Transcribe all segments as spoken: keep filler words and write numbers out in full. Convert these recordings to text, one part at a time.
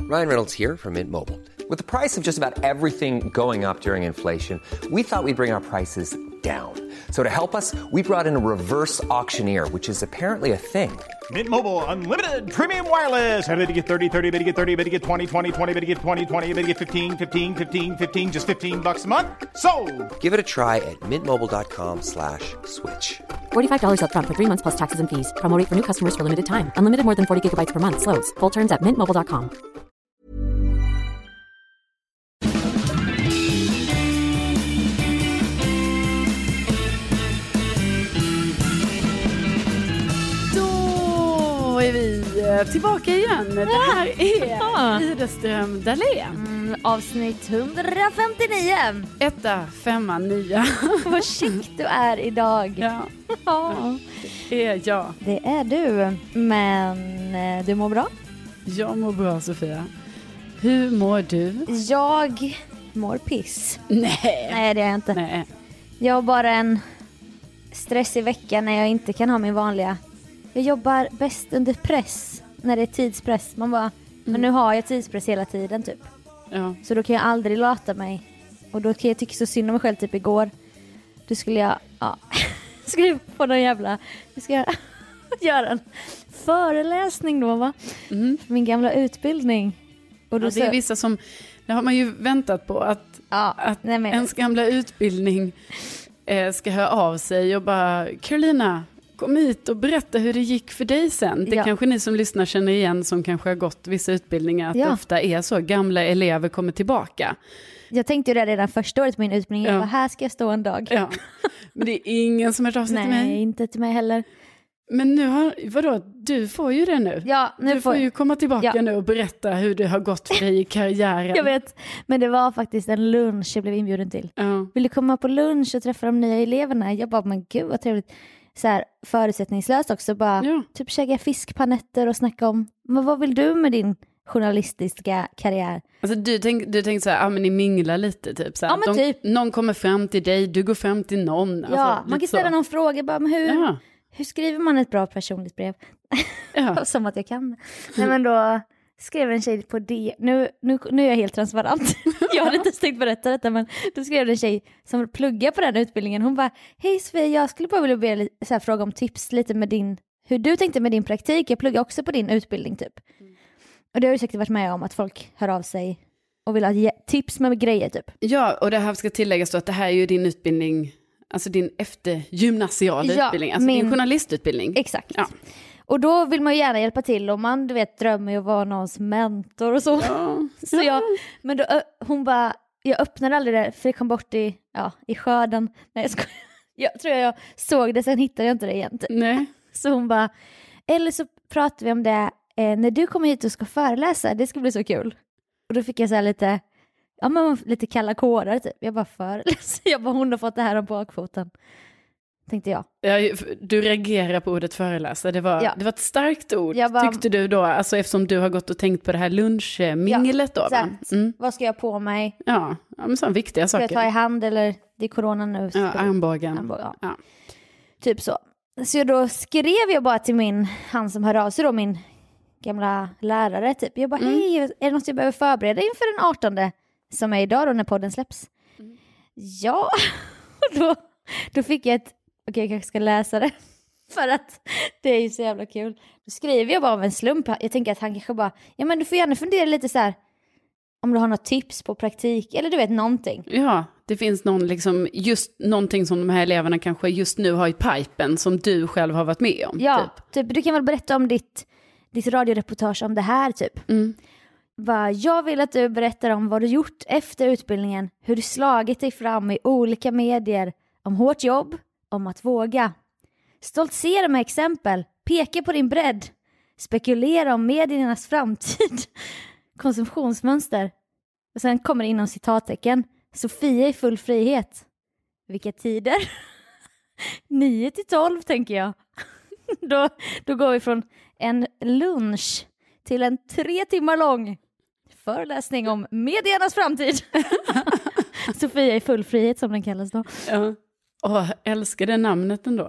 Ryan Reynolds here from Mint Mobile. With the price of just about everything going up during inflation, we thought we'd bring our prices down. So to help us, we brought in a reverse auctioneer, which is apparently a thing. Mint Mobile Unlimited Premium Wireless. How to get thirty, thirty, how to get thirty, how to get twenty, twenty, twenty, how to get twenty, twenty, how to get fifteen, fifteen, fifteen, fifteen, just fifteen bucks a month? Sold! Give it a try at mintmobile.com slash switch. forty-five dollars up front for three months plus taxes and fees. Promo rate for new customers for limited time. Unlimited more than forty gigabytes per month. Slows full terms at mint mobile dot com. Då är vi tillbaka igen. Det här är Widerström Dahlén. Mm, avsnitt hundrafemtionio. Etta, femma, nia. Vad chic du är idag. Ja. Ja, det är jag. Det är du. Men du mår bra? Jag mår bra, Sofia. Hur mår du? Jag mår piss. Nej. Nej, det är jag inte. Nej. Jag har bara en stressig vecka när jag inte kan ha min vanliga. Jag jobbar bäst under press. När det är tidspress. Man bara, mm. men nu har jag tidspress hela tiden typ. Ja. Så då kan jag aldrig lata mig. Och då kan jag tycka så synd om mig själv typ igår. Då skulle jag ja, skriva på någon jävla... Nu ska jag göra en föreläsning då va? Mm. För min gamla utbildning. Och då ja, det är så... vissa som... Det har man ju väntat på. Att, ja, att nej, men... ens gamla utbildning eh, ska höra av sig och bara... Carolina, kom hit och berätta hur det gick för dig sen. Det ja. kanske ni som lyssnar känner igen som kanske har gått vissa utbildningar. Att ja. det ofta är så. Gamla elever kommer tillbaka. Jag tänkte ju det redan första året på min utbildning. Ja. Jag bara, här ska jag stå en dag. Ja. Men det är ingen som har hört av sig till mig. Nej, inte till mig heller. Men nu har, vadå, du får ju det nu. Ja, nu du får får ju komma tillbaka ja. nu och berätta hur det har gått för dig i karriären. Jag vet, men det var faktiskt en lunch jag blev inbjuden till. Ja. Vill du komma på lunch och träffa de nya eleverna? Jag bara, men gud vad trevligt. Så här, förutsättningslöst också. Bara ja. typ käka fiskpanetter och snacka om, men vad vill du med din journalistiska karriär? Alltså du tänkte du tänk så här, ah, men ni minglar lite typ. Så här, ja, men de, typ. Någon kommer fram till dig, du går fram till någon. Alltså, ja, man kan ställa så. någon fråga, bara, men hur, ja. hur skriver man ett bra personligt brev? Ja. Som att jag kan. Nej, men då skrev en tjej på det. Nu, nu, nu är jag helt transparent. Jag hade inte tänkt berätta detta, men då skrev en tjej som pluggar på den utbildningen. Hon bara, hej Sofia, jag skulle bara vilja be så här, fråga om tips lite med din, hur du tänkte med din praktik. Jag pluggar också på din utbildning typ. Mm. Och det har ju säkert varit med om att folk hör av sig och vill ha tips med grejer typ. Ja, och det här ska tilläggas då att det här är ju din utbildning, alltså din eftergymnasiala ja, utbildning, alltså min... din journalistutbildning. Exakt. Ja. Och då vill man ju gärna hjälpa till och man, du vet, drömmer ju att vara någons mentor och så. Ja. Så jag, men då, hon bara, jag öppnade aldrig det för det kom bort i, ja, i skörden. Nej, jag, skojar. Jag tror jag såg det, sen hittade jag inte det igen. Nej. Så hon bara, eller så pratar vi om det eh, när du kommer hit och ska föreläsa, det ska bli så kul. Och då fick jag så här lite, ja men lite kalla kårar typ. Jag bara föreläser, jag bara hon har fått det här om bakfoten. Tänkte jag. Ja, du reagerar på ordet föreläsa. Det var, ja. det var ett starkt ord, bara, tyckte du då. Alltså eftersom du har gått och tänkt på det här lunchminglet ja, då. Va? Mm. Vad ska jag på mig? Ja, ja men sådana viktiga ska saker. Ska jag ta i hand eller det är corona nu? Ja, armbågen. Armbågen ja. Ja. Typ så. Så då skrev jag bara till min, han som hörde av sig då, min gamla lärare typ. Jag bara, mm. hej, är det något jag behöver förbereda inför den artonde som är idag då när podden släpps? Mm. Ja, och då, då fick jag ett, okej okay, jag kanske ska läsa det. För att det är ju så jävla kul. Då skriver jag bara om en slump. Jag tänker att han kanske bara, ja men du får gärna fundera lite så här. Om du har något tips på praktik. Eller du vet, någonting. Ja, det finns någon liksom, just någonting som de här eleverna kanske just nu har i pipen. Som du själv har varit med om. Ja, typ, typ du kan väl berätta om ditt, ditt radioreportage om det här typ. Mm. Va, jag vill att du berättar om vad du gjort efter utbildningen. Hur du slagit dig fram i olika medier. Om hårt jobb. Om att våga. Stoltsera med exempel. Peka på din bredd. Spekulera om mediernas framtid. Konsumtionsmönster. Och sen kommer det inom citattecken. Sofia i full frihet. Vilka tider? nio till tolv tänker jag. då, då går vi från en lunch till en tre timmar lång föreläsning om mediernas framtid. Sofia i full frihet som den kallas då. Ja. Åh, älskar det namnet ändå.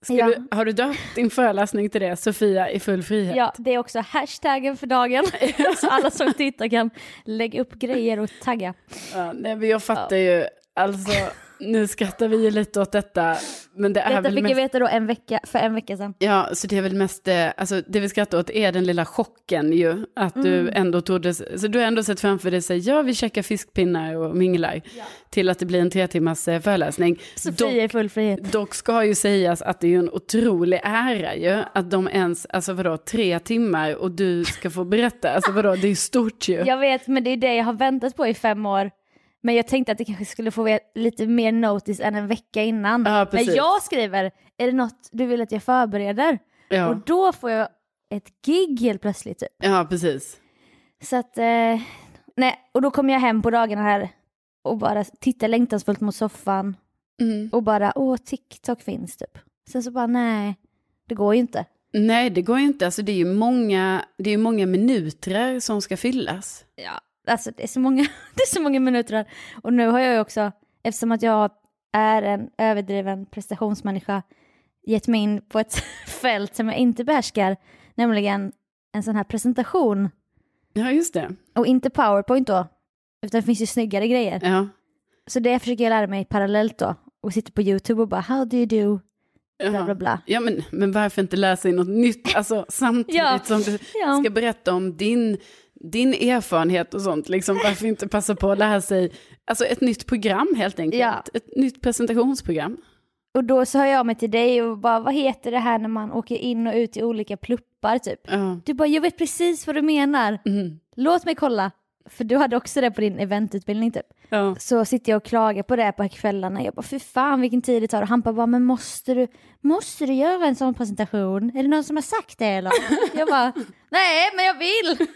Ska Ja. du, har du döpt din föreläsning till det? Sofia i full frihet. Ja, det är också hashtaggen för dagen. Så alla som tittar kan lägga upp grejer och tagga. Ja, nej, men jag fattar ju, alltså nu skrattar vi ju lite åt detta. Men det är Detta väl fick mest... jag veta då en vecka, för en vecka sedan. Ja, så det är väl mest, eh, alltså det vi skrattar åt är den lilla chocken ju. Att Mm. du ändå trodde, så du har ändå sett framför dig sig, ja vi käkar fiskpinnar och minglar. Ja. Till att det blir en tre timmars eh, föreläsning. Sofia i full frihet. Dock ska ju sägas att det är ju en otrolig ära ju. Att de ens, alltså vadå, tre timmar och du ska få berätta. Alltså vadå, det är stort ju. Jag vet, men det är det jag har väntat på i fem år. Men jag tänkte att det kanske skulle få lite mer notice än en vecka innan. Ja, precis. När jag skriver, är det något du vill att jag förbereder? Ja. Och då får jag ett gig helt plötsligt typ. Ja, precis. Så att, eh, nej, och då kommer jag hem på dagarna här och bara tittar längtansfullt mot soffan. Mm. Och bara, åh, TikTok finns typ. Sen så bara, nej, det går ju inte. Nej, det går ju inte. Alltså det är ju många, det är ju många minuter som ska fyllas. Ja, alltså det är så många, det är så många minuter här. Och nu har jag ju också, eftersom att jag är en överdriven prestationsmänniska, gett mig in på ett fält som jag inte behärskar, nämligen en sån här presentation. Ja, just det. Och inte PowerPoint då, utan det finns ju snyggare grejer. Ja. Så det försöker jag lära mig parallellt då. Och sitter på YouTube och bara, how do you do? Bla, bla, bla. Ja, men, men varför inte lära sig något nytt? Alltså samtidigt Ja. som du Ja. ska berätta om din, din erfarenhet och sånt. Liksom, varför inte passa på att lära sig alltså, ett nytt program helt enkelt. Ja. Ett nytt presentationsprogram. Och då så hör jag mig till dig och bara, vad heter det här när man åker in och ut i olika pluppar typ? Ja. Du bara, jag vet precis vad du menar. Mm. Låt mig kolla. För du hade också det på din eventutbildning typ. Ja. Så sitter jag och klagar på det på kvällarna. Jag bara, för fan vilken tid det tar. Och han bara, men måste du, måste du göra en sån presentation? Är det någon som har sagt det eller? Jag bara, nej men jag vill.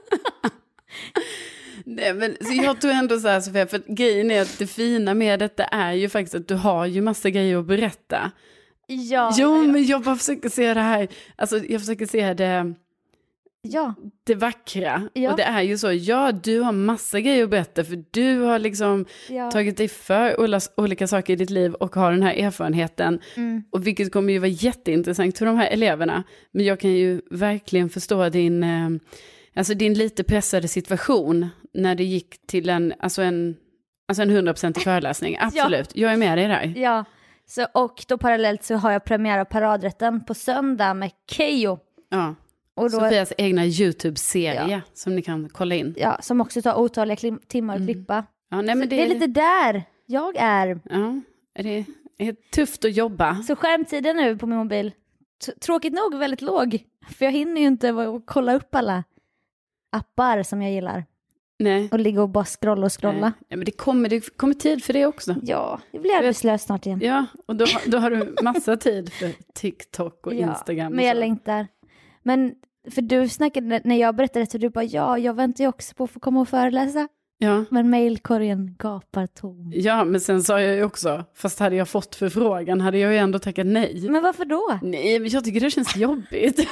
Nej, men, så jag tror ändå så här, Sofia, för att grejen är att det fina med detta är ju faktiskt att du har ju massa grejer att berätta. Ja. Jo, men jag bara försöker se det här, alltså jag försöker se det, Ja. det vackra. Ja. Och det är ju så, ja du har massa grejer att berätta för du har liksom Ja. tagit dig för olas- olika saker i ditt liv och har den här erfarenheten. Mm. Och vilket kommer ju vara jätteintressant för de här eleverna. Men jag kan ju verkligen förstå din, eh, alltså din lite pressade situation när det gick till en, alltså en, alltså en hundraprocentig föreläsning. Absolut, jag är med dig där. Ja. Så, och då parallellt så har jag premiär av Paradrätten på söndag med Keyyo. Ja. Och då, Sofias egna YouTube-serie Ja. som ni kan kolla in. ja, som också tar otaliga klim- timmar att klippa. Ja, nej, men det... det är lite där jag är. Ja, det är tufft att jobba. Så skärmtiden nu på min mobil, t- tråkigt nog väldigt låg. För jag hinner ju inte v- kolla upp alla appar som jag gillar. Nej. Och ligga och bara scrolla och scrolla. Nej. Ja, men det kommer, det kommer tid för det också. Ja, jag blir arbetslös snart igen. Ja, och då, då har du massa tid för TikTok och Ja, Instagram. Och men jag så. längtar. Men för du snackade, när jag berättade så du bara, ja, jag väntar ju också på att få komma och föreläsa. Ja. Men mejlkorgen gapar tom. Ja, men sen sa jag ju också, fast hade jag fått förfrågan hade jag ju ändå tackat nej. Men varför då? Nej, men jag tycker det känns jobbigt.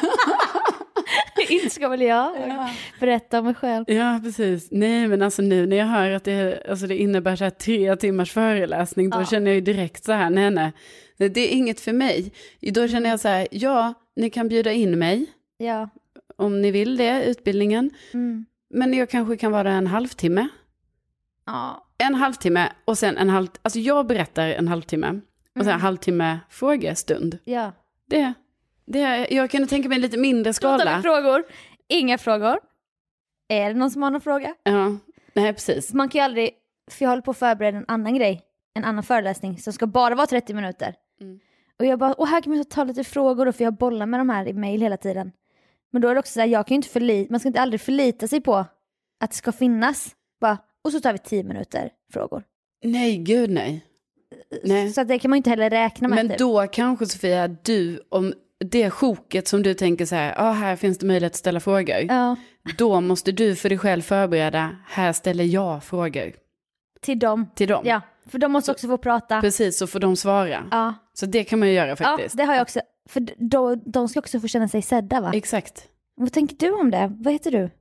Inte ska väl jag Ja. berätta om mig själv. Ja, precis. Nej, men alltså nu när jag hör att det, alltså det innebär så här tre timmars föreläsning, då Ja. känner jag ju direkt så här, nej, nej, det är inget för mig. Då känner jag så här, ja, ni kan bjuda in mig Ja. om ni vill det, utbildningen. Mm. Men jag kanske kan vara en halvtimme. Ja. En halvtimme och sen en halv... Alltså jag berättar en halvtimme. Och sen en Mm. halvtimme frågestund. Ja. Det, det, jag kunde tänka mig en lite mindre Då tar vi skala. frågor. Inga frågor. Är det någon som har någon fråga? Ja, nej precis. Man kan ju aldrig, för jag håller på att förbereda en annan grej. En annan föreläsning som ska bara vara trettio minuter. Mm. Och jag bara, och här kan man ta lite frågor då, för jag bollar med de här i mejl hela tiden. Men då är det också så här, jag kan ju inte förlita, man ska inte aldrig förlita sig på att det ska finnas. Bara, och så tar vi tio minuter frågor. Nej, gud nej. Nej. Så att det kan man ju inte heller räkna med. Men typ. då kanske Sofia, du, om det sjoket som du tänker så här, ja ah, här finns det möjlighet att ställa frågor. Ja, Då måste du för dig själv förbereda, här ställer jag frågor till dem. till dem. Ja, för de måste också få prata. Precis, så får de svara. Ja, Så det kan man ju göra ja, faktiskt. det har jag också. För då, de ska också få känna sig sedda, va? Exakt. Vad tänker du om det? Vad heter du?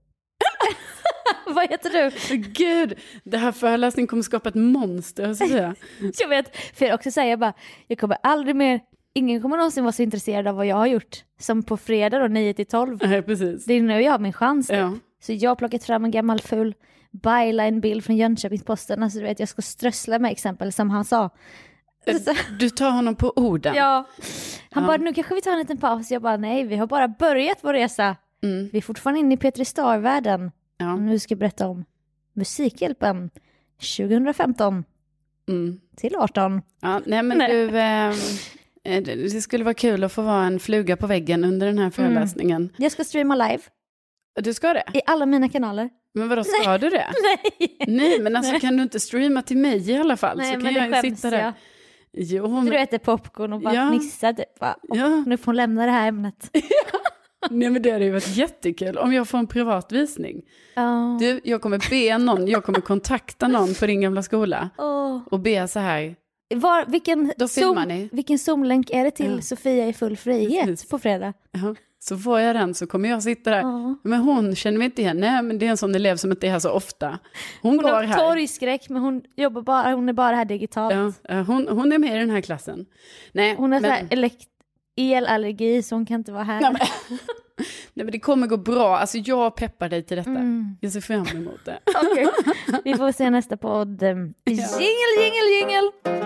Vad heter du? Gud, det här föreläsningen kommer skapa ett monster, så att säga. Jag vet, för jag också säger bara, jag kommer aldrig mer ingen kommer någonsin vara så intresserad av vad jag har gjort. Som på fredag då, nio till tolv. Nej, precis. Det är nu jag har min chans. Ja. Så jag har plockat fram en gammal ful byline-bild från Jönköpingsposten. Alltså du vet, jag ska strössla med exempel som han sa. Så, Du tar honom på orden. ja. Han Ja. bara, nu kanske vi tar en liten paus. Jag bara, nej, vi har bara börjat vår resa. Mm. Vi är fortfarande inne i Petri Star-världen. Ja. Och nu ska jag berätta om Musikhjälpen tjugohundrafemton Mm. till arton. Ja, nej men Nej. du, eh, det det skulle vara kul att få vara en fluga på väggen under den här föreläsningen. Jag ska streama live Du ska det? i alla mina kanaler. Men vadå, ska du det? Nej, Nej, men alltså kan du inte streama till mig i alla fall? nej så men kan det jag ju skäms sitta där. jag. Jo, Du men, äter popcorn och bara Ja. fnissar typ. Bara, åh, ja. nu får hon lämna det här ämnet. Nej, men det hade ju varit jättekul om jag får en privatvisning. Ja. Du, jag kommer be någon, jag kommer kontakta någon på din gamla skola Åh. och be så här. Var, vilken, Då filmar zoom, ni. vilken zoomlänk är det till Ja. Sofia i full frihet Precis. på fredag? Ja, så får jag den så kommer jag sitta där. Ja. Men hon känner mig inte igen. Nej, men det är en sån elev som inte är här så ofta. Hon, Hon går har här. torgskräck men hon jobbar bara, hon är bara här digitalt. Ja, ja, hon, hon är med i den här klassen. Nej, Hon har men, så här elekt- elallergi så hon kan inte vara här. nej, men, nej, men det kommer gå bra. Alltså jag peppar dig till detta. Mm. Jag ser fram emot det. Okej. Vi får se nästa podd. Jingel, jingel, jingel!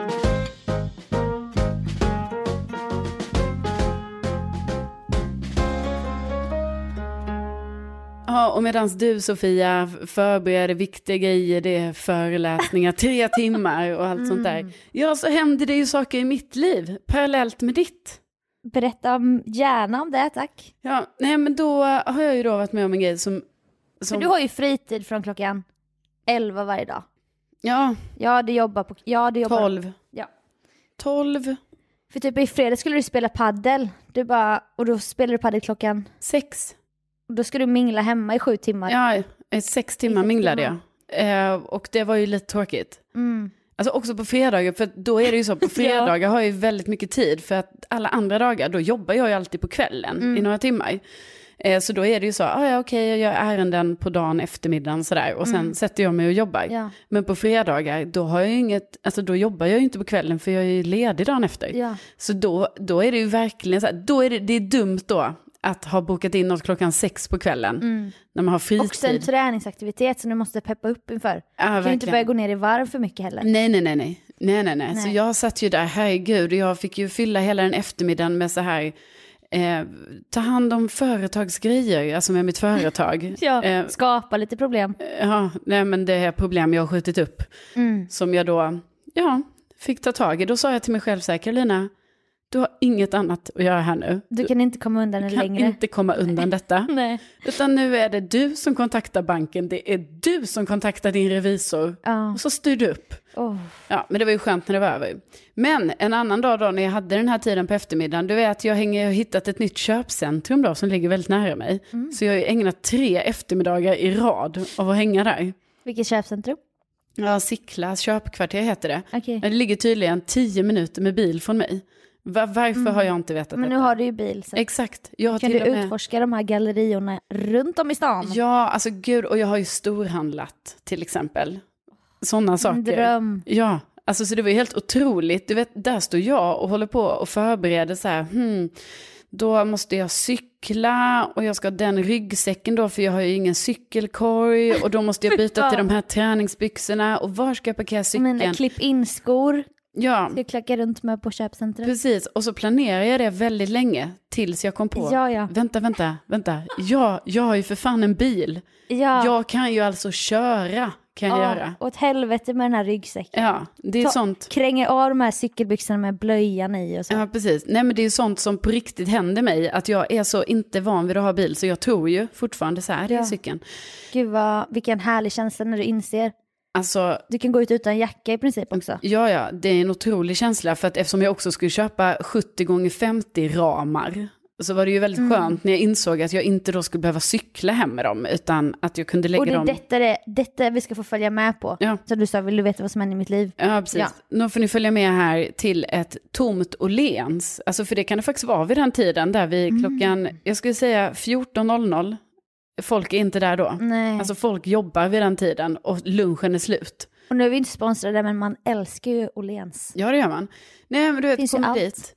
Ja, och medan du Sofia förbereder viktiga grejer, det är föreläsningar, tre timmar och allt sånt där. Ja, så händer det ju saker i mitt liv, parallellt med ditt. Berätta om- gärna om det, tack. Ja, nej men då har jag ju då varit med om en grej som... som För du har ju fritid från klockan elva varje dag. Ja, Ja, du jobbar på... Ja, du jobbar... tolv. Ja. tolv, För typ i fredag skulle du spela paddel. Du bara... Och då spelar du paddel klockan... sex. Och då ska du mingla hemma i sju timmar. Ja, i sex timmar sex minglade timmar. jag. Eh, och det var ju lite tråkigt. Mm. Alltså också på fredagar, för då är det ju så, på fredagar har jag ju väldigt mycket tid, för att alla andra dagar, då jobbar jag ju alltid på kvällen Mm. i några timmar. Eh, så då är det ju så, ah, ja okej, jag gör ärenden på dagen, eftermiddagen sådär, och sen sätter jag mig och jobbar. Ja. Men på fredagar, då har jag ju inget, alltså då jobbar jag ju inte på kvällen, för jag är ju ledig dagen efter. Ja. Så då, då är det ju verkligen så här, då är det, det är dumt då att ha bokat in något klockan sex på kvällen, när man har fritid. Också en träningsaktivitet som du måste peppa upp inför. Ja, Du kan ju inte verkligen. börja gå ner i varv för mycket heller. Nej, nej, nej, nej. Nej, nej, nej. Så Nej. jag satt ju där, herregud, och jag fick ju fylla hela den eftermiddagen med så här, eh, ta hand om företagsgrejer, alltså med mitt företag. Ja, eh, skapa lite problem. ja, nej, men det är problem jag har skjutit upp, Mm. som jag då, ja, fick ta tag i. Då sa jag till mig själv så här, Carolina, du har inget annat att göra här nu. Du kan inte komma undan det kan längre. inte komma undan detta. Nej. Utan nu är det du som kontaktar banken, det är du som kontaktar din revisor. Ja. Och så styr du upp. Oh. Ja, men det var ju skönt när det var över. Men en annan dag då, när jag hade den här tiden på eftermiddagen, du vet, jag, hänger, jag har hittat ett nytt köpcentrum då, som ligger väldigt nära mig. Mm. Så jag har ju ägnat tre eftermiddagar i rad av att hänga där. Vilket köpcentrum? Ja, Sicklas köpkvarter heter det. Okej. Det ligger tydligen tio minuter med bil från mig. Va- varför har jag inte vetat Men nu detta? har du ju bil. Så Exakt. Jag har kan till du och med... utforska de här galleriorna runt om i stan. Ja, alltså gud, och jag har ju storhandlat till exempel. Sådana saker. En dröm. Ja, alltså så det var ju helt otroligt. Du vet, där står jag och håller på och förbereder så här, hmm, då måste jag cykla och jag ska ha den ryggsäcken då, för jag har ju ingen cykelkorg, och då måste jag byta till de här träningsbyxorna, och var ska jag parkera cykeln? Mina klipp-in-skor Ja, ska jag klacka runt med på köpcentret. precis. Och så planerar jag det väldigt länge tills jag kom på, Ja, ja. vänta, vänta, vänta, ja, jag har ju för fan en bil. Ja. Jag kan ju alltså köra, kan jag Ja, göra. åt helvete med den här ryggsäcken. Ja, det är Ta- sånt. Kränger av de här cykelbyxorna med blöjan i och så. Ja, precis. Nej, men det är ju sånt som på riktigt händer mig, att jag är så inte van vid att ha bil, så jag tror ju fortfarande så här, det är Ja. cykeln. Gud vad, vilken härlig känsla när du inser. Alltså, Du kan gå ut utan jacka i princip också. ja, ja, det är en otrolig känsla, för att eftersom jag också skulle köpa sjuttio gånger femtio ramar, så var det ju väldigt Mm. skönt när jag insåg att jag inte då skulle behöva cykla hem med dem, utan att jag kunde lägga Och det är dem... detta, det, detta vi ska få följa med på. Ja. Så du sa, vill du veta vad som händer i mitt liv? Ja, precis. Ja. Nu får ni följa med här till ett tomt Åhléns. Alltså, för det kan det faktiskt vara vid den tiden, där vi Mm. klockan, jag skulle säga fjorton noll noll, folk är inte där då. Nej. Alltså folk jobbar vid den tiden och lunchen är slut. Och nu är vi inte sponsrade, men man älskar ju Åhléns. Ja, det gör man. Nej, men du vet, Finns ju kommer allt. dit.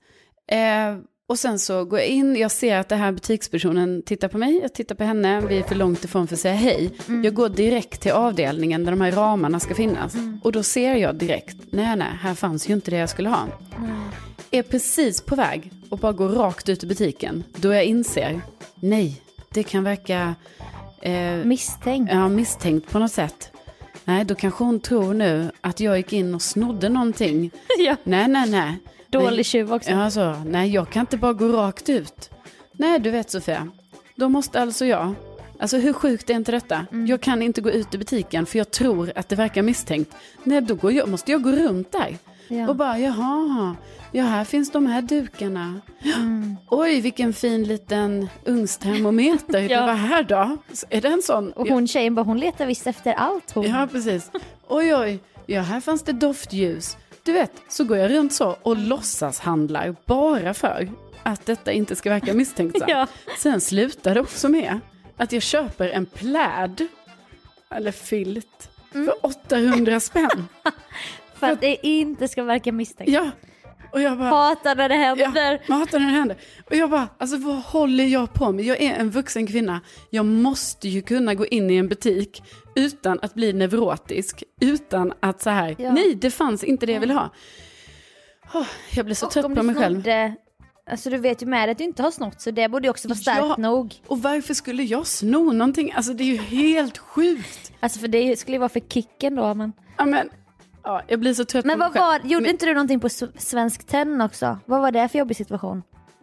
Eh, och sen så går jag in, jag ser att den här butikspersonen tittar på mig, jag tittar på henne, vi är för långt ifrån för att säga hej. Mm. Jag går direkt till avdelningen där de här ramarna ska finnas. Mm. Och då ser jag direkt, nej nej, här fanns ju inte det jag skulle ha. Mm. Är precis på väg och bara går rakt ut i butiken. Då jag inser, nej, det kan verka... Eh, misstänkt. Ja, misstänkt på något sätt. Nej, då kanske hon tror nu att jag gick in och snodde någonting. Ja. Nej, nej, nej. Dålig tjuv också. Ja, alltså, nej, jag kan inte bara gå rakt ut. Nej, du vet Sofia. Då måste alltså jag... Alltså hur sjukt är inte detta? Mm. Jag kan inte gå ut i butiken för jag tror att det verkar misstänkt. Nej, då går jag, måste jag gå runt där. Ja. Och bara, jaha, ja här finns de här dukarna. Mm. Oj, vilken fin liten ungstermometer. Ja. Det var här då. Är det en sån? Och hon tjejen bara, hon letar visst efter allt. Hon. Ja, precis. Oj, oj, ja här fanns det doftljus. Du vet, så går jag runt så och låtsas handlar bara för att detta inte ska verka misstänksamt. Ja. Sen slutar det också med att jag köper en pläd eller filt mm. för åttahundra spänn. För att det inte ska verka misstänkt. Ja. Och jag bara, hatar när det händer. Ja, hatar när det händer. Och jag bara, alltså vad håller jag på med? Jag är en vuxen kvinna. Jag måste ju kunna gå in i en butik utan att bli neurotisk. Utan att så här, ja. nej det fanns inte det jag vill ha. Oh, jag blir så och trött på mig själv. Snodde, alltså du vet ju med att du inte har snott. Så det borde ju också vara starkt ja, nog. Och varför skulle jag sno någonting? Alltså det är ju helt sjukt. Alltså för det skulle ju vara för kicken då. Men... Ja men... Ja, jag blir så trött men på vad var, gjorde men... inte du någonting på Svensk Tenn också? Vad var det för jobbig situation?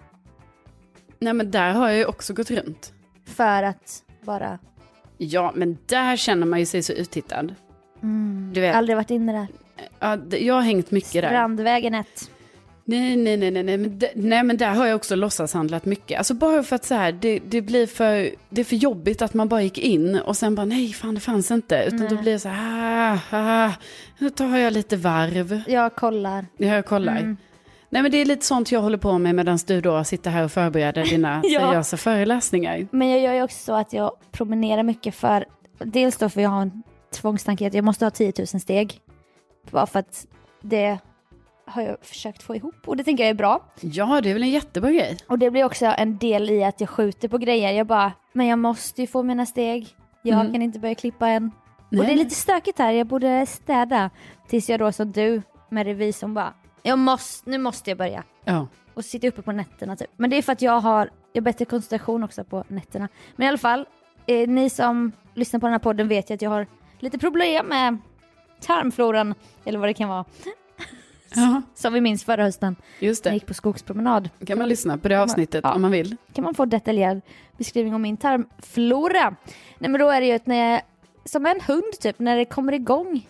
Nej men där har jag ju också gått runt. För att bara... Ja men där känner man ju sig så uttittad. Mm. Du vet. Aldrig varit inne där. Ja, jag har hängt mycket där. Strandvägen ett. Nej, nej, nej, nej, nej. Men, d- nej, men där har jag också låtsashandlat mycket. Alltså bara för att så här, det, det blir för, det är för jobbigt att man bara gick in och sen bara, nej fan det fanns inte. Utan nej. Då blir det så här, ah, ah, nu tar jag lite varv. Jag kollar. Ja, jag kollar. Mm. Nej men det är lite sånt jag håller på med medan du då sitter här och förbereder dina ja. seriösa föreläsningar. Men jag gör ju också så att jag promenerar mycket för, dels då för jag har en tvångstanke att jag måste ha tio tusen steg. Bara för att det... har jag försökt få ihop. Och det tänker jag är bra. Ja, det är väl en jättebra grej. Och det blir också en del i att jag skjuter på grejer. Jag bara, men jag måste ju få mina steg. Jag mm. kan inte börja klippa än. Nej. Och det är lite stökigt här. Jag borde städa. Tills jag då som du med revisorn bara, jag måste, nu måste jag börja. Ja. Och sitta uppe på nätterna typ. Men det är för att jag har, jag har bättre koncentration också på nätterna. Men i alla fall, eh, ni som lyssnar på den här podden vet ju att jag har lite problem med tarmfloran. Eller vad det kan vara. Ja. Som vi minns förra hösten. Just det. Jag gick på skogspromenad. Kan man lyssna på det avsnittet ja. om man vill. Kan man få detaljerad beskrivning om min tarmflora. Nej men då är det ju att när jag, som en hund typ, när det kommer igång,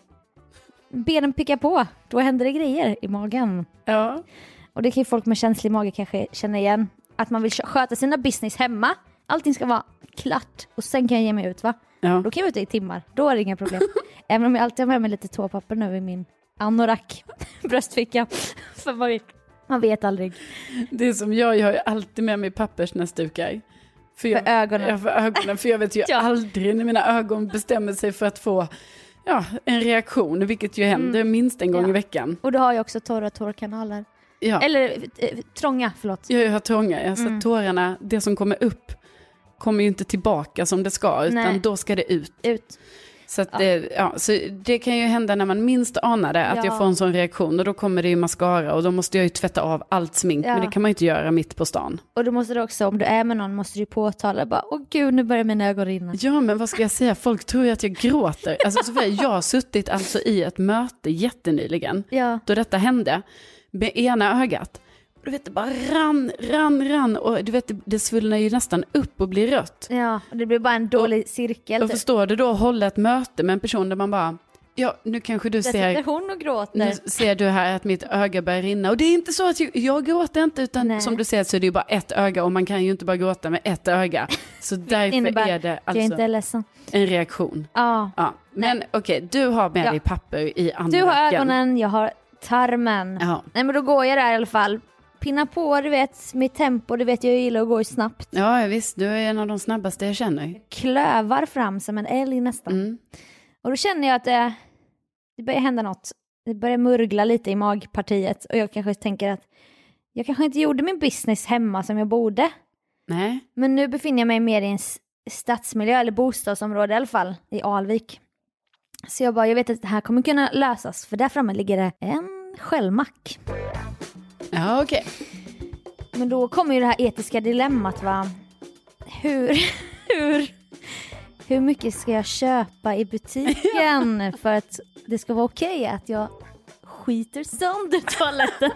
benen pickar på, då händer det grejer i magen. Ja. Och det kan ju folk med känslig mage kanske känna igen. Att man vill sköta sina business hemma. Allting ska vara klart. Och sen kan jag ge mig ut va? Ja. Då kan jag vara ute i timmar. Då är det inga problem. Även om jag alltid har med mig lite toapapper nu i min anorak bröstficka. För man vet, man vet aldrig. Det är som jag, jag har ju alltid med mig pappersnäsdukar. För, jag, för ögonen. Ja, för ögonen. För jag vet ju ja. aldrig när mina ögon bestämmer sig för att få ja, en reaktion. Vilket ju händer mm. minst en gång ja. i veckan. Och då har jag också torra tårkanaler. Ja. Eller eh, trånga, förlåt. Jag har trånga. Alltså mm. tårarna, det som kommer upp kommer ju inte tillbaka som det ska. Utan Nej. då ska det ut. Ut. Så, att ja. Det, ja, så det kan ju hända när man minst anar det, att ja. jag får en sån reaktion. Och då kommer det ju mascara och då måste jag ju tvätta av allt smink. Ja. Men det kan man ju inte göra mitt på stan. Och då måste du också, om du är med någon, måste du påtala. Bara, åh gud, nu börjar mina ögon rinna. Ja, men vad ska jag säga? Folk tror ju att jag gråter. Alltså Sofia, jag har suttit alltså i ett möte jättenyligen. Ja. Då detta hände med ena ögat. Du vet, det bara rann, rann, rann. Och du vet, det, det svullnar ju nästan upp och blir rött. Ja, och det blir bara en dålig och, cirkel. Och förstår du då att hålla ett möte med en person där man bara, ja, nu kanske du det ser... hon och gråter. Nu ser du här att mitt öga börjar rinna. Och det är inte så att jag, jag gråter inte, utan Nej. som du ser så är det ju bara ett öga. Och man kan ju inte bara gråta med ett öga. Så därför innebär, är det alltså jag är inte ledsen. En reaktion. Ja. ja. Men okej, okay, du har med ja. dig papper i andra. Du har ögonen, jag har tarmen. Ja. Nej, men då går jag där i alla fall. Pinna på, du vet, mitt tempo, du vet, jag gillar att gå snabbt. Ja, visst, du är en av de snabbaste jag känner. Klövar fram som en älg nästan. Mm. Och då känner jag att det, det börjar hända något. Det börjar murgla lite i magpartiet. Och jag kanske tänker att jag kanske inte gjorde min business hemma som jag borde. Nej. Men nu befinner jag mig mer i en stadsmiljö eller bostadsområde i alla fall, i Alvik. Så jag bara, jag vet att det här kommer kunna lösas, för där framme ligger det en självmack. Ja, okej. Okay. Men då kommer ju det här etiska dilemmat, va? Hur, hur, hur mycket ska jag köpa i butiken för att det ska vara okej okay att jag skiter sönder toaletten?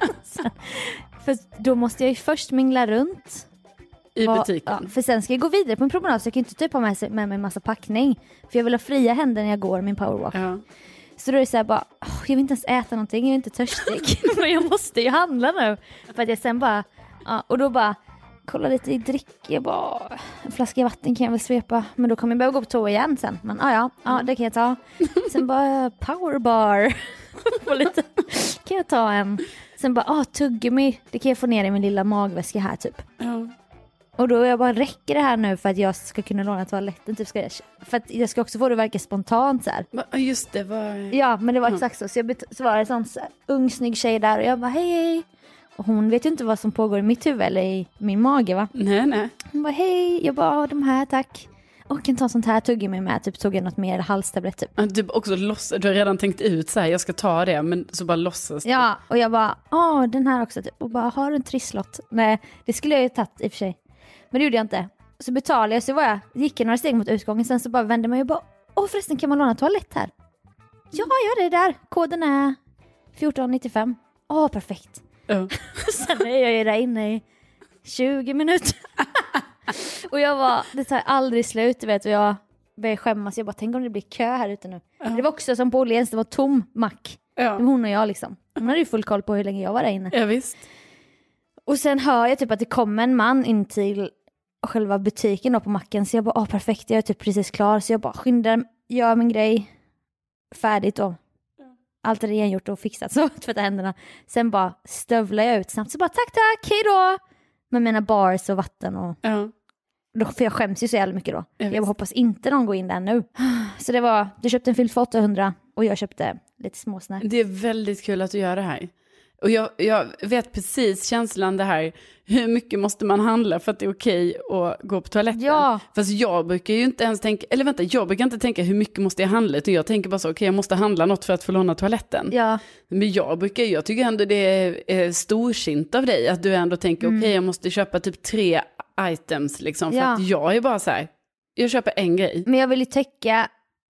För då måste jag ju först mingla runt. I Var, butiken. Ja, för sen ska jag gå vidare på en promenad, så jag kan inte typ ha med, med mig en massa packning. För jag vill ha fria händer när jag går min powerwalk. Ja. Så då är det så här bara, oh, jag vill inte ens äta någonting, jag är inte törstig. Men jag måste ju handla nu. För att jag sen bara, ja, och då bara, kolla lite i dryck. Jag bara, en flaska vatten kan jag väl svepa. Men då kommer jag behöva gå på toa igen sen. Men ja, ja, ja, det kan jag ta. Sen bara, powerbar. Och lite, kan jag ta en. Sen bara, ah, tuggummi. Det kan jag få ner i min lilla magväska här typ. Ja. Och då är jag bara, räcker det här nu för att jag ska kunna låna toaletten? Typ, ska jag, för att jag ska också få det att verka spontant så här. Just det, var... Ja, men det var exakt så. Så, jag bet- så var det en sån så här, ung, snygg tjej där. Och jag bara, hej, hej. Och hon vet ju inte vad som pågår i mitt huvud eller i min mage, va? Nej, nej. Hon bara, hej. Jag bara, de här, tack. Och kan ta sånt här tuggummi med. Typ tog jag något mer halstablett typ. Typ också loss, du har redan tänkt ut så här, jag ska ta det, men så bara låtsas. Ja, och jag bara, åh, den här också. Typ. Och bara, har du en trisslott? Nej, det skulle jag ju tagit i och för sig. Men det gjorde jag inte. Så betalade jag, så var jag, gick jag några steg mot utgången. Sen så bara vände man ju bara, åh förresten, kan man låna toalett här? Ja, ja, det är där. Koden är fjorton nittiofem. Åh, perfekt. Ja. Sen är jag ju där inne i tjugo minuter. Och jag var, det tar aldrig slut, du vet. Och jag började skämmas. Jag bara, tänk om det blir kö här ute nu. Ja. Det var också som på Åhléns, det var tom mack. Ja. Det var hon och jag liksom. Hon hade ju full koll på hur länge jag var där inne. Ja, visst. Och sen hör jag typ att det kommer en man in till själva butiken då på macken. Så jag bara, åh perfekt, jag är typ precis klar. Så jag bara skyndar, gör min grej färdigt då. Allt är rengjort och fixat, så tvätta händerna. Sen bara stövlar jag ut snabbt. Så bara, tack, tack, hej då. Med mina bars och vatten och... Ja. Då, för jag skäms ju så jävla mycket då. Jag, jag bara, hoppas inte någon går in där nu. Så det var, du köpte en filt för åttahundra och jag köpte lite småsnack. Det är väldigt kul att du gör det här. Och jag, jag vet precis känslan det här. Hur mycket måste man handla för att det är okej att gå på toaletten? Ja. Fast jag brukar ju inte ens tänka, eller vänta, jag brukar inte tänka hur mycket måste jag handla. Utan jag tänker bara så, okej okay, jag måste handla något för att få låna toaletten. Ja. Men jag brukar, jag tycker ändå det är, är storsint av dig. Att du ändå tänker, mm. okej okay, jag måste köpa typ tre items liksom. För ja. att jag är bara så här, jag köper en grej. Men jag vill ju täcka,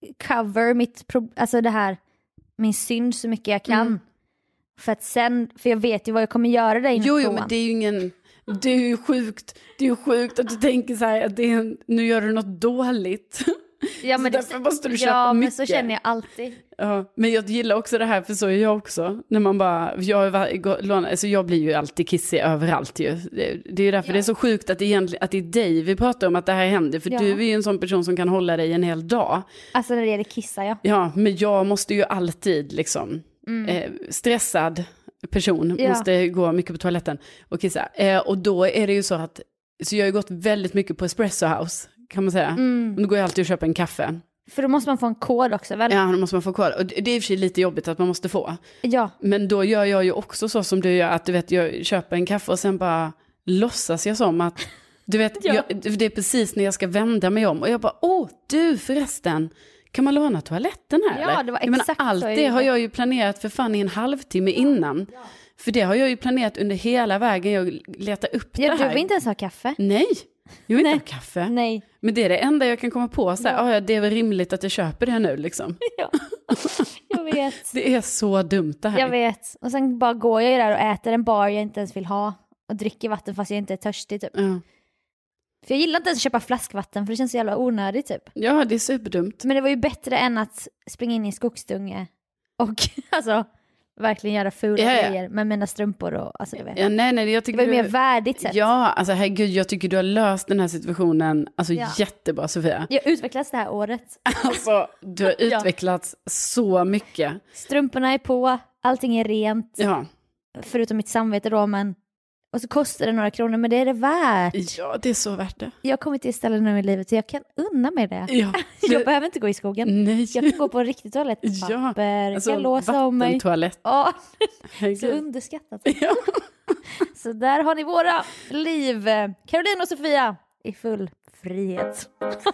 cover mitt, pro- alltså det här, min synd så mycket jag kan. Mm. För att sen, för jag vet ju vad jag kommer göra där inne. Jo, jo, men det är ju ingen, det är ju sjukt, det är ju sjukt att du tänker så här, att det är, nu gör du något dåligt. Ja, men därför det, måste du köpa ja, mycket. men så känner jag alltid. Ja, men jag gillar också det här, för så är jag också. När man bara, jag, alltså jag blir ju alltid kissig överallt ju. Det, det är ju därför ja. det är så sjukt att det, egentligen, att det är dig vi pratar om att det här händer. För ja. du är ju en sån person som kan hålla dig en hel dag. Alltså när det gäller kissa, ja. Ja, men jag måste ju alltid liksom, mm. eh, stressad person ja. måste gå mycket på toaletten och kissa. Eh, och då är det ju så att, så jag har ju gått väldigt mycket på Espresso House, kan man säga. Mm. Då går jag alltid och köper en kaffe. För då måste man få en kod också, väl? Ja, då måste man få kod. Och det är i och för sig lite jobbigt att man måste få. Ja. Men då gör jag ju också så som du gör, att du vet, jag köper en kaffe och sen bara låtsas jag som att, du vet, ja. jag, det är precis när jag ska vända mig om. Och jag bara, åh, du förresten, kan man låna toaletten här? Ja, det var jag exakt menar, allt det har jag ju planerat för fan i en halvtimme innan. Ja. För det har jag ju planerat under hela vägen. Jag letar upp ja, det här. Du vill inte ens ha kaffe? Nej, jag vill inte ha kaffe. Nej. Men det är det enda jag kan komma på. Så här, ja. oh, ja, det är väl rimligt att jag köper det nu liksom. Ja, jag vet. Det är så dumt det här. Jag vet. Och sen bara går jag ju där och äter en bar jag inte ens vill ha. Och dricker vatten fast jag inte är törstig typ. Ja. För jag gillar inte ens att köpa flaskvatten för det känns så jävla onödigt typ. Ja, det är superdumt. Men det var ju bättre än att springa in i en skogsdunge och alltså verkligen göra fula ja, ja. grejer med mina strumpor och alltså du vet. Ja, nej, nej, jag tycker det var ju du... mer värdigt sätt. Ja, alltså herregud, jag tycker du har löst den här situationen alltså ja. jättebra, Sofia. Jag har utvecklats det här året. Alltså, du har utvecklats ja. så mycket. Strumporna är på, allting är rent. Ja. Förutom mitt samvete då, men och så kostar det några kronor, men det är det värt. Ja, det är så värt det. Jag har kommit till ställen nu i livet så jag kan unna mig det. Ja, det... Jag behöver inte gå i skogen. Nej. Jag kan gå på en riktig toalettpapper. Ja, alltså, jag kan låsa om mig. vattentoalett. Ja, så underskattat. Ja. Så där har ni våra liv. Caroline och Sofia i full frihet.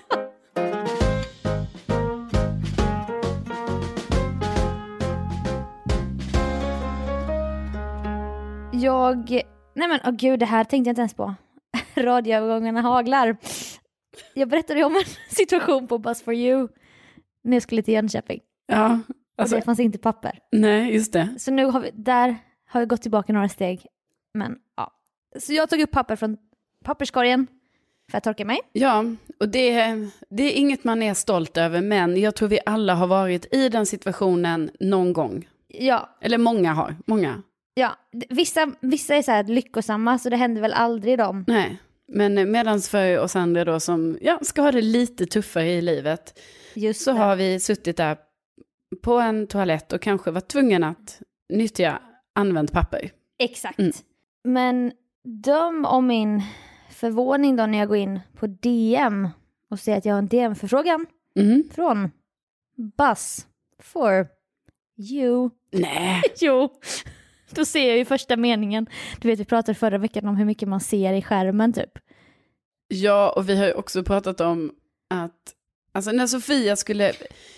Jag... Nej men, åh oh gud, det här tänkte jag inte ens på. Radioövergångarna haglar. Jag berättade om en situation på Bus for You när jag skulle till Jönköping. Ja. Alltså, och det fanns inte papper. Nej, just det. Så nu har vi, där har vi gått tillbaka några steg. Men ja. Så jag tog upp papper från papperskorgen för att torka mig. Ja, och det, det är inget man är stolt över, men jag tror vi alla har varit i den situationen någon gång. Ja. Eller många har, många. Ja, vissa, vissa är så här lyckosamma, så det händer väl aldrig dem. Nej, men medans för oss andra då som ja, ska ha det lite tuffare i livet, Just så det. har vi suttit där på en toalett och kanske varit tvungen att nyttja använt papper. Exakt. Mm. Men döm om min förvåning då när jag går in på D M och ser att jag har en D M-förfrågan Mm. från Bus for You. Nej. Jo, då ser jag ju första meningen. Du vet, vi pratade förra veckan om hur mycket man ser i skärmen typ. Ja, och vi har ju också pratat om att alltså när Sofia skulle...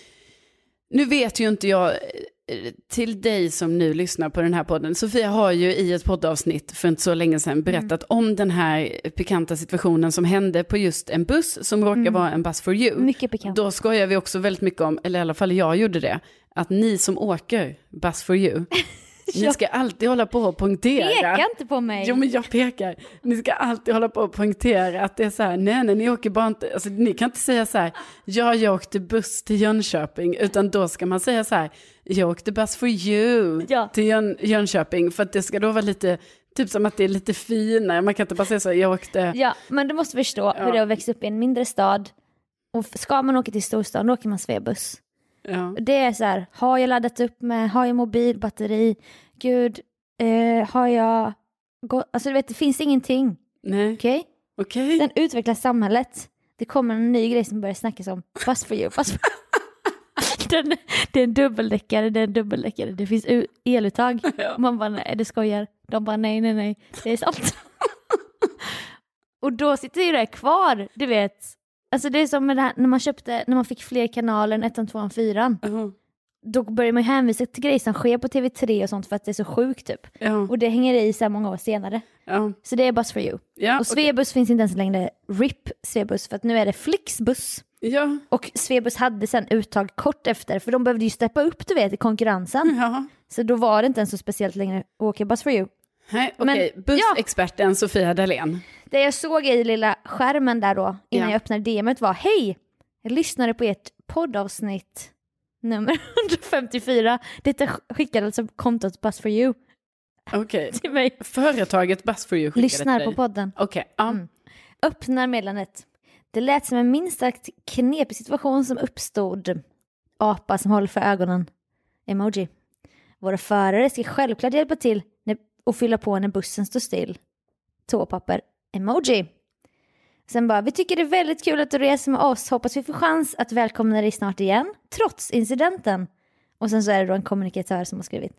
Nu vet ju inte jag, till dig som nu lyssnar på den här podden, Sofia har ju i ett poddavsnitt för inte så länge sedan berättat mm. om den här pikanta situationen som hände på just en buss som råkar mm. vara en Bus for You. Mycket pikant. Då skojar vi också väldigt mycket om, eller i alla fall jag gjorde det, att ni som åker Bus for You, ni ska alltid hålla på och poängtera. Peka inte på mig. Jo, men jag pekar. Ni ska alltid hålla på och poängtera att det är så här, nej, nej, ni åker bara inte, alltså ni kan inte säga så här, ja, jag åkte buss till Jönköping, utan då ska man säga så här, jag åkte Bus for You ja. till Jön, Jönköping, för att det ska då vara lite, typ som att det är lite finare, man kan inte bara säga så här, jag åkte. Ja, men du måste förstå ja. hur det är att växa upp i en mindre stad, och ska man åka till storstad, då åker man Svebuss. Ja. Det är så här, har jag laddat upp med, har jag mobilbatteri, gud, eh, har jag gått, alltså du vet, det finns ingenting. Nej. Okej? Okay? Okay. Sen utvecklar samhället. Det kommer en ny grej som börjar snackas om. Bus for You, bus for Den, det är en dubbeldäckare, det är en dubbeldäckare. Det finns u- eluttag. Ja. Man bara, nej, det skojar. De bara, nej, nej, nej. Det är sant. Och då sitter ju det kvar, du vet. Alltså det är som med det här, när man köpte, när man fick fler kanaler än ettan, tvåan, fyran. Uh-huh. Då börjar man hänvisa till grejer som sker på T V tre och sånt för att det är så sjukt typ. Uh-huh. Och det hänger i så här många år senare. Uh-huh. Så det är Bus for You. Yeah, och Svebuss okay. finns inte ens längre. R I P Svebuss, för att nu är det Flixbuss. Ja. Och Svebuss hade sen uttag kort efter, för de behövde ju steppa upp, du vet, i konkurrensen. Ja. Så då var det inte ens så speciellt längre att åka Bus for You. Nej, okej. Okay. Bussexperten ja. Sofia Dalén. Det jag såg i lilla skärmen där då, innan ja. jag öppnade D M:et var, hej, jag lyssnade på ert poddavsnitt nummer hundrafemtiofyra. Detta skickade alltså kontot Bus for You. Okej. Okay. Till mig. Företaget Bus for You skickade lyssnar till på dig. podden. Okej. Okay. Um. Mm. Öppnar meddelandet. Det lät som en minst sagt knepig situation som uppstod. Apa som håller för ögonen. Emoji. Våra förare ska självklart hjälpa till när, och fylla på när bussen står still. Toapapper. Emoji. Sen bara, vi tycker det är väldigt kul att du reser med oss. Hoppas vi får chans att välkomna dig snart igen. Trots incidenten. Och sen så är det då en kommunikatör som har skrivit.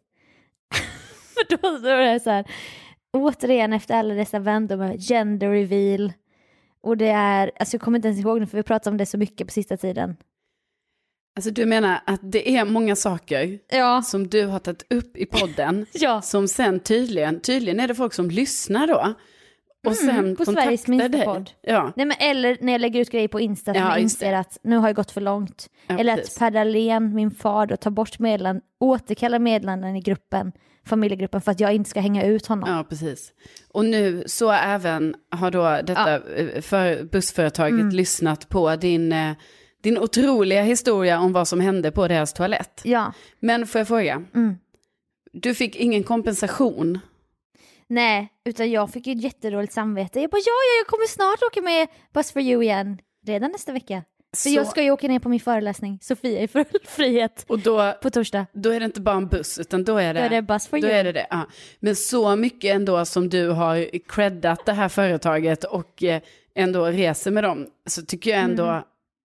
För då står det så här. Återigen efter alla dessa vändor med gender reveal. Och det är, alltså jag kommer inte ens ihåg nu för vi pratar om det så mycket på sista tiden. Alltså du menar att det är många saker ja. som du har tagit upp i podden. ja. Som sen tydligen, tydligen är det folk som lyssnar då. Och sen mm, på Sveriges minsta podd. Ja. Nej, men eller när jag lägger ut grejer på Insta som ja, jag inser att nu har jag gått för långt. Ja, eller precis. Att Per Dahlén, min far, då, tar bort meddelanden, återkallar meddelanden i gruppen, familjegruppen, för att jag inte ska hänga ut honom. Ja, precis. Och nu så även har då detta ja. för bussföretaget mm. lyssnat på din, din otroliga historia om vad som hände på deras toalett. Ja. Men får jag fråga? Mm. Du fick ingen kompensation? Nej, utan jag fick ju ett jättedåligt samvete. Jag bara, ja, ja, jag kommer snart åka med Bus for You igen. Redan nästa vecka. Så, så jag ska ju åka ner på min föreläsning. Sofia i full frihet. Och då, på torsdag. Då är det inte bara en buss, utan då är det... Då är det Bus for då You. Är det det, ja. Men så mycket ändå som du har creddat det här företaget och ändå reser med dem, så tycker jag ändå... Mm.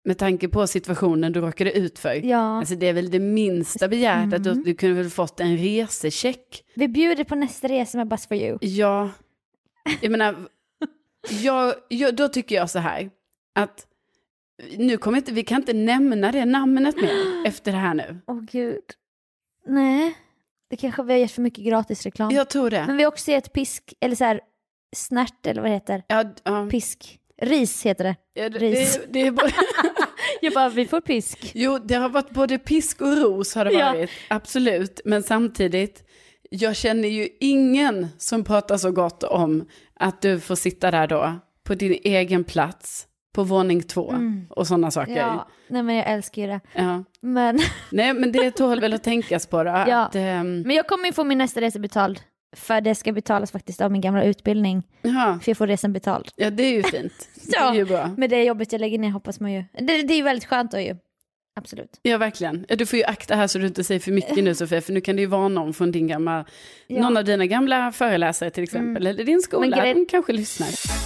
med tanke på situationen du råkade ut för. Ja. Alltså det är väl det minsta begärt mm. att du, du kunde väl fått en resecheck. Vi bjuder på nästa resa med Bus for you. Ja, jag menar, jag, jag, då tycker jag så här att nu kommer inte, vi kan inte nämna det namnet mer efter det här nu. Åh oh, gud. Nej, det kanske vi har gett för mycket gratis reklam. Jag tror det. Men vi har också gett pisk, eller så här snärt, eller vad det heter. Ja, ja. Pisk. Ris heter det. Ja, det, Ris. Det, det är bara... Jag bara, vi får pisk. Jo, det har varit både pisk och ros har det varit. Ja. Absolut. Men samtidigt, jag känner ju ingen som pratar så gott om att du får sitta där då på din egen plats på våning två mm. och sådana saker. Ja, nej men jag älskar ju det. Ja. Men... nej, men det tål väl att tänkas på då. Ja. Att, um... Men jag kommer ju få min nästa resa betald. För det ska betalas faktiskt av min gamla utbildning. Jaha. För jag får resan betald. Ja, det är ju fint. Det är ju bra. Med det jobbet jag lägger ner hoppas man ju. Det, det är ju väldigt skönt då ju. Absolut. Ja, verkligen. Ja, du får ju akta här så du inte säger för mycket nu, Sofia. För nu kan det ju vara någon från din gamla... Ja. Någon av dina gamla föreläsare till exempel. Mm. Eller din skola. Grej... De kanske lyssnar.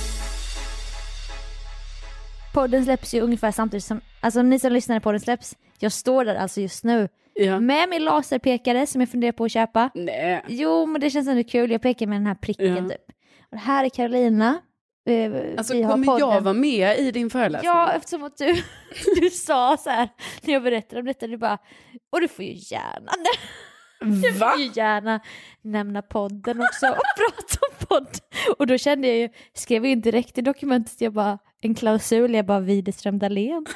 Podden släpps ju ungefär samtidigt som... Alltså ni som lyssnar på den släpps. Jag står där alltså just nu. Ja. Med min laserpekare som jag funderar på att köpa. Nej. Jo, men det känns ändå kul. Jag pekar med den här pricken ja. typ. Och det här är Carolina. Alltså vi kommer jag vara med i din föreläsning? Ja, eftersom att du, du sa så här när jag berättade om detta. Du bara, och du får ju gärna... Du Va? får ju gärna nämna podden också och prata om podd. Och då kände jag ju, skrev in direkt i dokumentet, jag bara, en klausul, jag bara, Widerström Dahlén.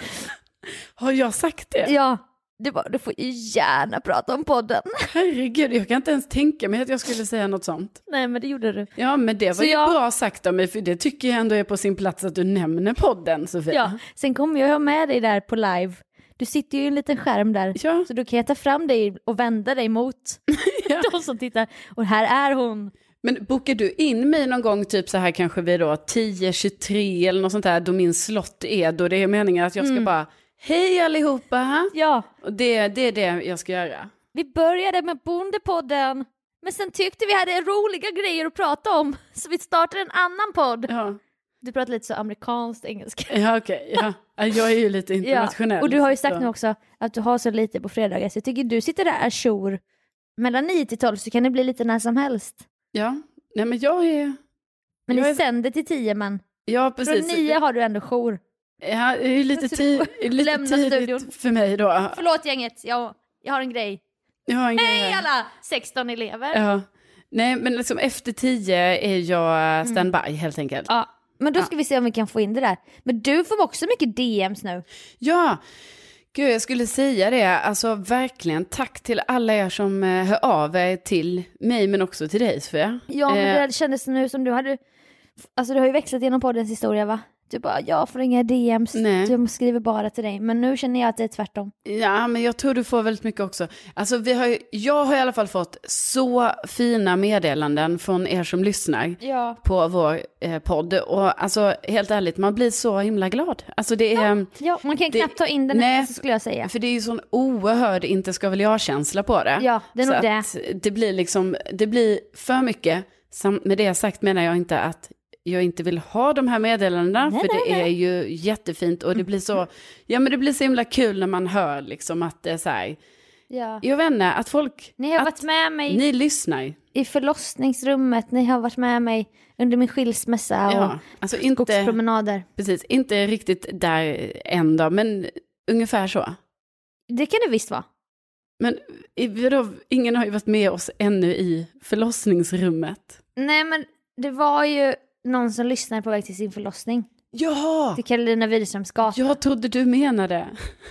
Har jag sagt det? Ja. Du, bara, du får ju gärna prata om podden. Herregud, jag kan inte ens tänka mig att jag skulle säga något sånt. Nej, men det gjorde du. Ja, men det var så ju jag... bra sagt av mig, för det tycker jag ändå är på sin plats att du nämner podden, Sofia. Ja, sen kommer jag ha med dig där på live. Du sitter ju i en liten skärm där, ja. Så då kan jag ta fram dig och vända dig mot ja. de som tittar. Och här är hon. Men bokar du in mig någon gång typ så här kanske vid då tio tjugotre eller något sånt där, då min slott är, då det är meningen att jag ska mm. bara... Hej allihopa! Ja. Och det, det är det jag ska göra. Vi började med Bondepodden. Men sen tyckte vi hade roliga grejer att prata om. Så vi startade en annan podd. Ja. Du pratar lite så amerikanskt engelska. Ja, okej. Okay, ja. Jag är ju lite internationell. Ja. Och du har ju sagt så. Nu också att du har så lite på fredagar. Så jag tycker du sitter där ajour. Mellan nio till tolv så kan det bli lite när som helst. Ja. Nej, men jag är... Men jag ni är... sänder till tio, men... Ja, precis. Från nio har du ändå jour. Ja, det är lite, tid, lite tidigt studion. För mig då. Förlåt gänget, jag, jag har en grej. Jag har en Hej grej. alla sexton elever. Ja. Nej, men liksom efter tio är jag standby mm. helt enkelt. Ja, men då ska ja. vi se om vi kan få in det där. Men du får också mycket D Ms nu. Ja, gud jag skulle säga det. Alltså verkligen tack till alla er som eh, hör av er till mig men också till dig, Sofia. Ja, men eh. det kändes nu som du hade... Alltså du har ju växlat genom poddens historia, va? Du bara, jag får inga D Ms, du skriver bara till dig. Men nu känner jag att det är tvärtom. Ja, men jag tror du får väldigt mycket också. Alltså, vi har ju, jag har i alla fall fått så fina meddelanden från er som lyssnar ja. på vår eh, podd. Och alltså, helt ärligt, man blir så himla glad. Alltså, det är... Ja, ja man kan det, knappt ta in den här, så skulle jag säga. För det är ju sån oerhörd inte ska väl jag-känsla på det. Ja, det är så nog det. Att det blir liksom, det blir för mycket. Sam- med det sagt menar jag inte att jag inte vill ha de här meddelandena, nej, för det nej, är nej. ju jättefint och det blir så, ja men det blir så himla kul när man hör liksom att det är så här, ja. jag vet inte, att folk, ni har att varit med mig ni lyssnar i förlossningsrummet, ni har varit med mig under min skilsmässa och ja, alltså inte, skogspromenader. Precis, inte riktigt där än då, men ungefär så. Det kan det visst vara. Men vadå, ingen har ju varit med oss ännu i förlossningsrummet. Nej, men det var ju någon som lyssnade på väg till sin förlossning. Ja! Till Carolina Widerströms gata. Jag trodde du menade.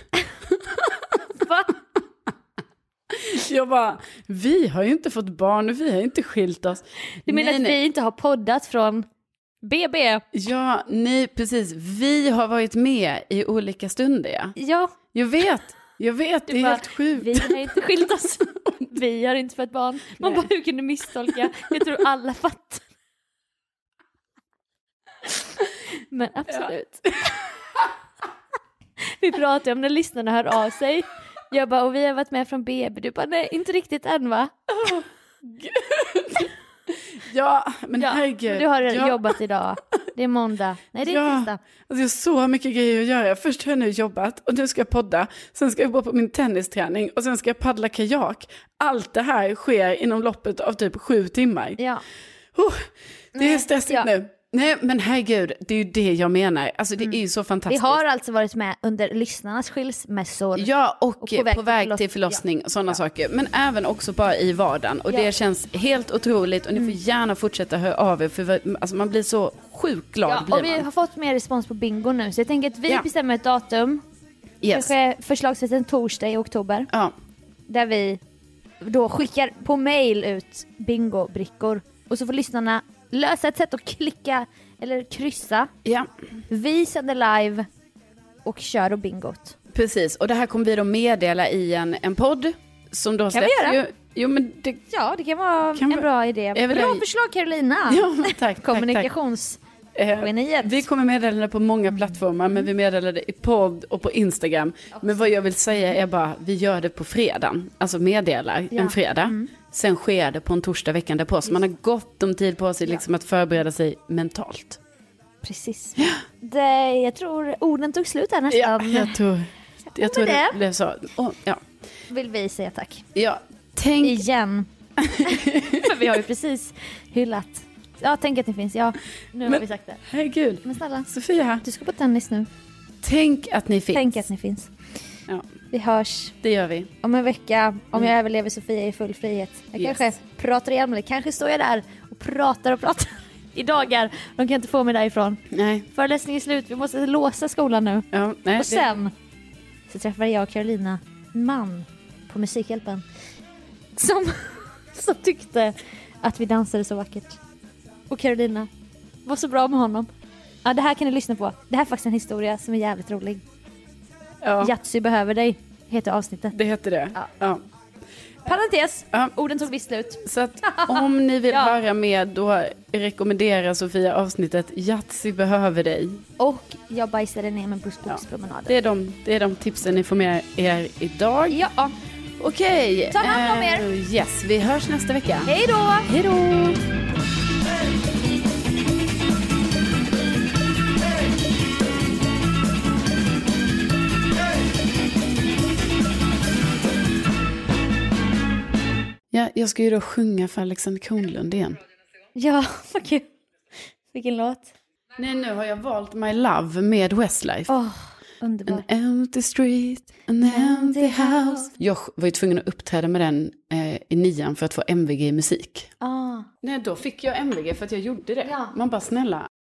Va? Jag bara, vi har ju inte fått barn och vi har inte skilt oss. Du menar nej, att nej. vi inte har poddat från B B? Ja, nej precis. Vi har varit med i olika stunder, ja. Ja. Jag vet, jag vet, det är bara, helt sjukt. Vi har inte skilt oss. Vi har inte fått barn. Man nej. bara, hur kan du misstolka? Jag tror alla fattar. Men absolut. Ja. Vi pratar om när lyssnarna hör av sig. Jag bara, och vi har varit med från B B. Du bara, nej, inte riktigt än, va? Oh, Gud. Ja, men ja, herregud. Du har ja. jobbat idag. Det är måndag. Nej, det är Ja, tisdag. alltså jag har så mycket grejer att göra. Först har jag nu jobbat och nu ska jag podda. Sen ska jag gå på min tennisträning och sen ska jag paddla kajak. Allt det här sker inom loppet av typ sju timmar. Ja. Oh, det Nej, är stressigt ja. nu. Nej, men herregud, det är ju det jag menar. Alltså det Mm. är ju så Vi fantastiskt. har alltså varit med under lyssnarnas skilsmässor. Ja, och, Och på väg, på väg till förlossning och sådana saker. Men även också bara i vardagen. Och Ja. det känns helt otroligt. Och ni får gärna fortsätta höra av er. För vi- alltså man blir så sjukt glad. Ja, blir och vi man. har fått mer respons på bingo nu. Så jag tänker att vi Ja. bestämmer ett datum. Yes. Kanske förslagsvis en torsdag i oktober. Ja. Där vi då skickar på mail ut bingobrickor. Och så får lyssnarna lösa ett sätt att klicka eller kryssa. ja, Vi sänder live och kör och bingot. precis. Och det här kommer vi då meddela i en, en podd. Som då Kan vi släpps göra? ju. Jo, men det... Ja, det kan vara Kan en vi- bra idé. är väl Bra det- förslag Carolina. Ja, tack, tack, Kommunikations... Eh, Geniet. vi kommer meddela det på många plattformar, men vi meddelar det i podd och på Instagram. Men vad jag vill säga är bara, vi gör det på fredagen. Alltså meddelar Ja. en fredag. Sen sker det på en torsdag veckan därpå. Så man har gott om tid på sig liksom att förbereda sig mentalt. Precis. Det, jag tror orden tog slut här nästan. Ja, jag tror, jag tror det det. blev så. Oh, ja. Vill vi säga tack. Ja, tänk... Igen. För vi har ju precis hyllat. Ja, tänk att ni finns. Ja, nu har Men- vi sagt det. Herregud. Men snälla, Sofia, du ska på tennis nu. tänk att ni finns. Tänk att ni finns. Ja, Vi hörs det gör vi. om en vecka. Om jag överlever Sofia i full frihet. Jag Yes. kanske pratar igen med dig. Kanske står jag där och pratar och pratar i dagar. De kan inte få mig därifrån. Nej, Föreläsningen är slut. Vi måste låsa skolan nu. ja, nej. Och sen så träffade jag och Carolina en man på Musikhjälpen som, som tyckte att vi dansade så vackert. Och Carolina var så bra med honom. Ja, det här kan ni lyssna på. Det här är faktiskt en historia som är jävligt rolig. Det, ja, Yatzy behöver dig, heter avsnittet. det heter det. Ja. Ja. Parentes, Ja. orden tog visst slut. Så att om ni vill Ja. höra mer, då rekommenderar Sofia avsnittet Yatzy behöver dig. Och jag bajsade ner med på skogspromenaden. Det är, de, det är de tipsen ni får med er idag. Ja, Okej. Ta hand om er. eh, Yes, vi hörs nästa vecka. hej då! Hej då! Ja, jag ska ju då sjunga för Alexander Kronlund igen. Ja, vad kul. Vilken låt. Nej, nu har jag valt My Love med Westlife. Åh, underbart. An empty street, an empty house. Jag var ju tvungen att uppträda med den eh, i nian för att få M V G i musik. Ah. Nej, då fick jag M V G för att jag gjorde det. Ja. Man bara, snälla,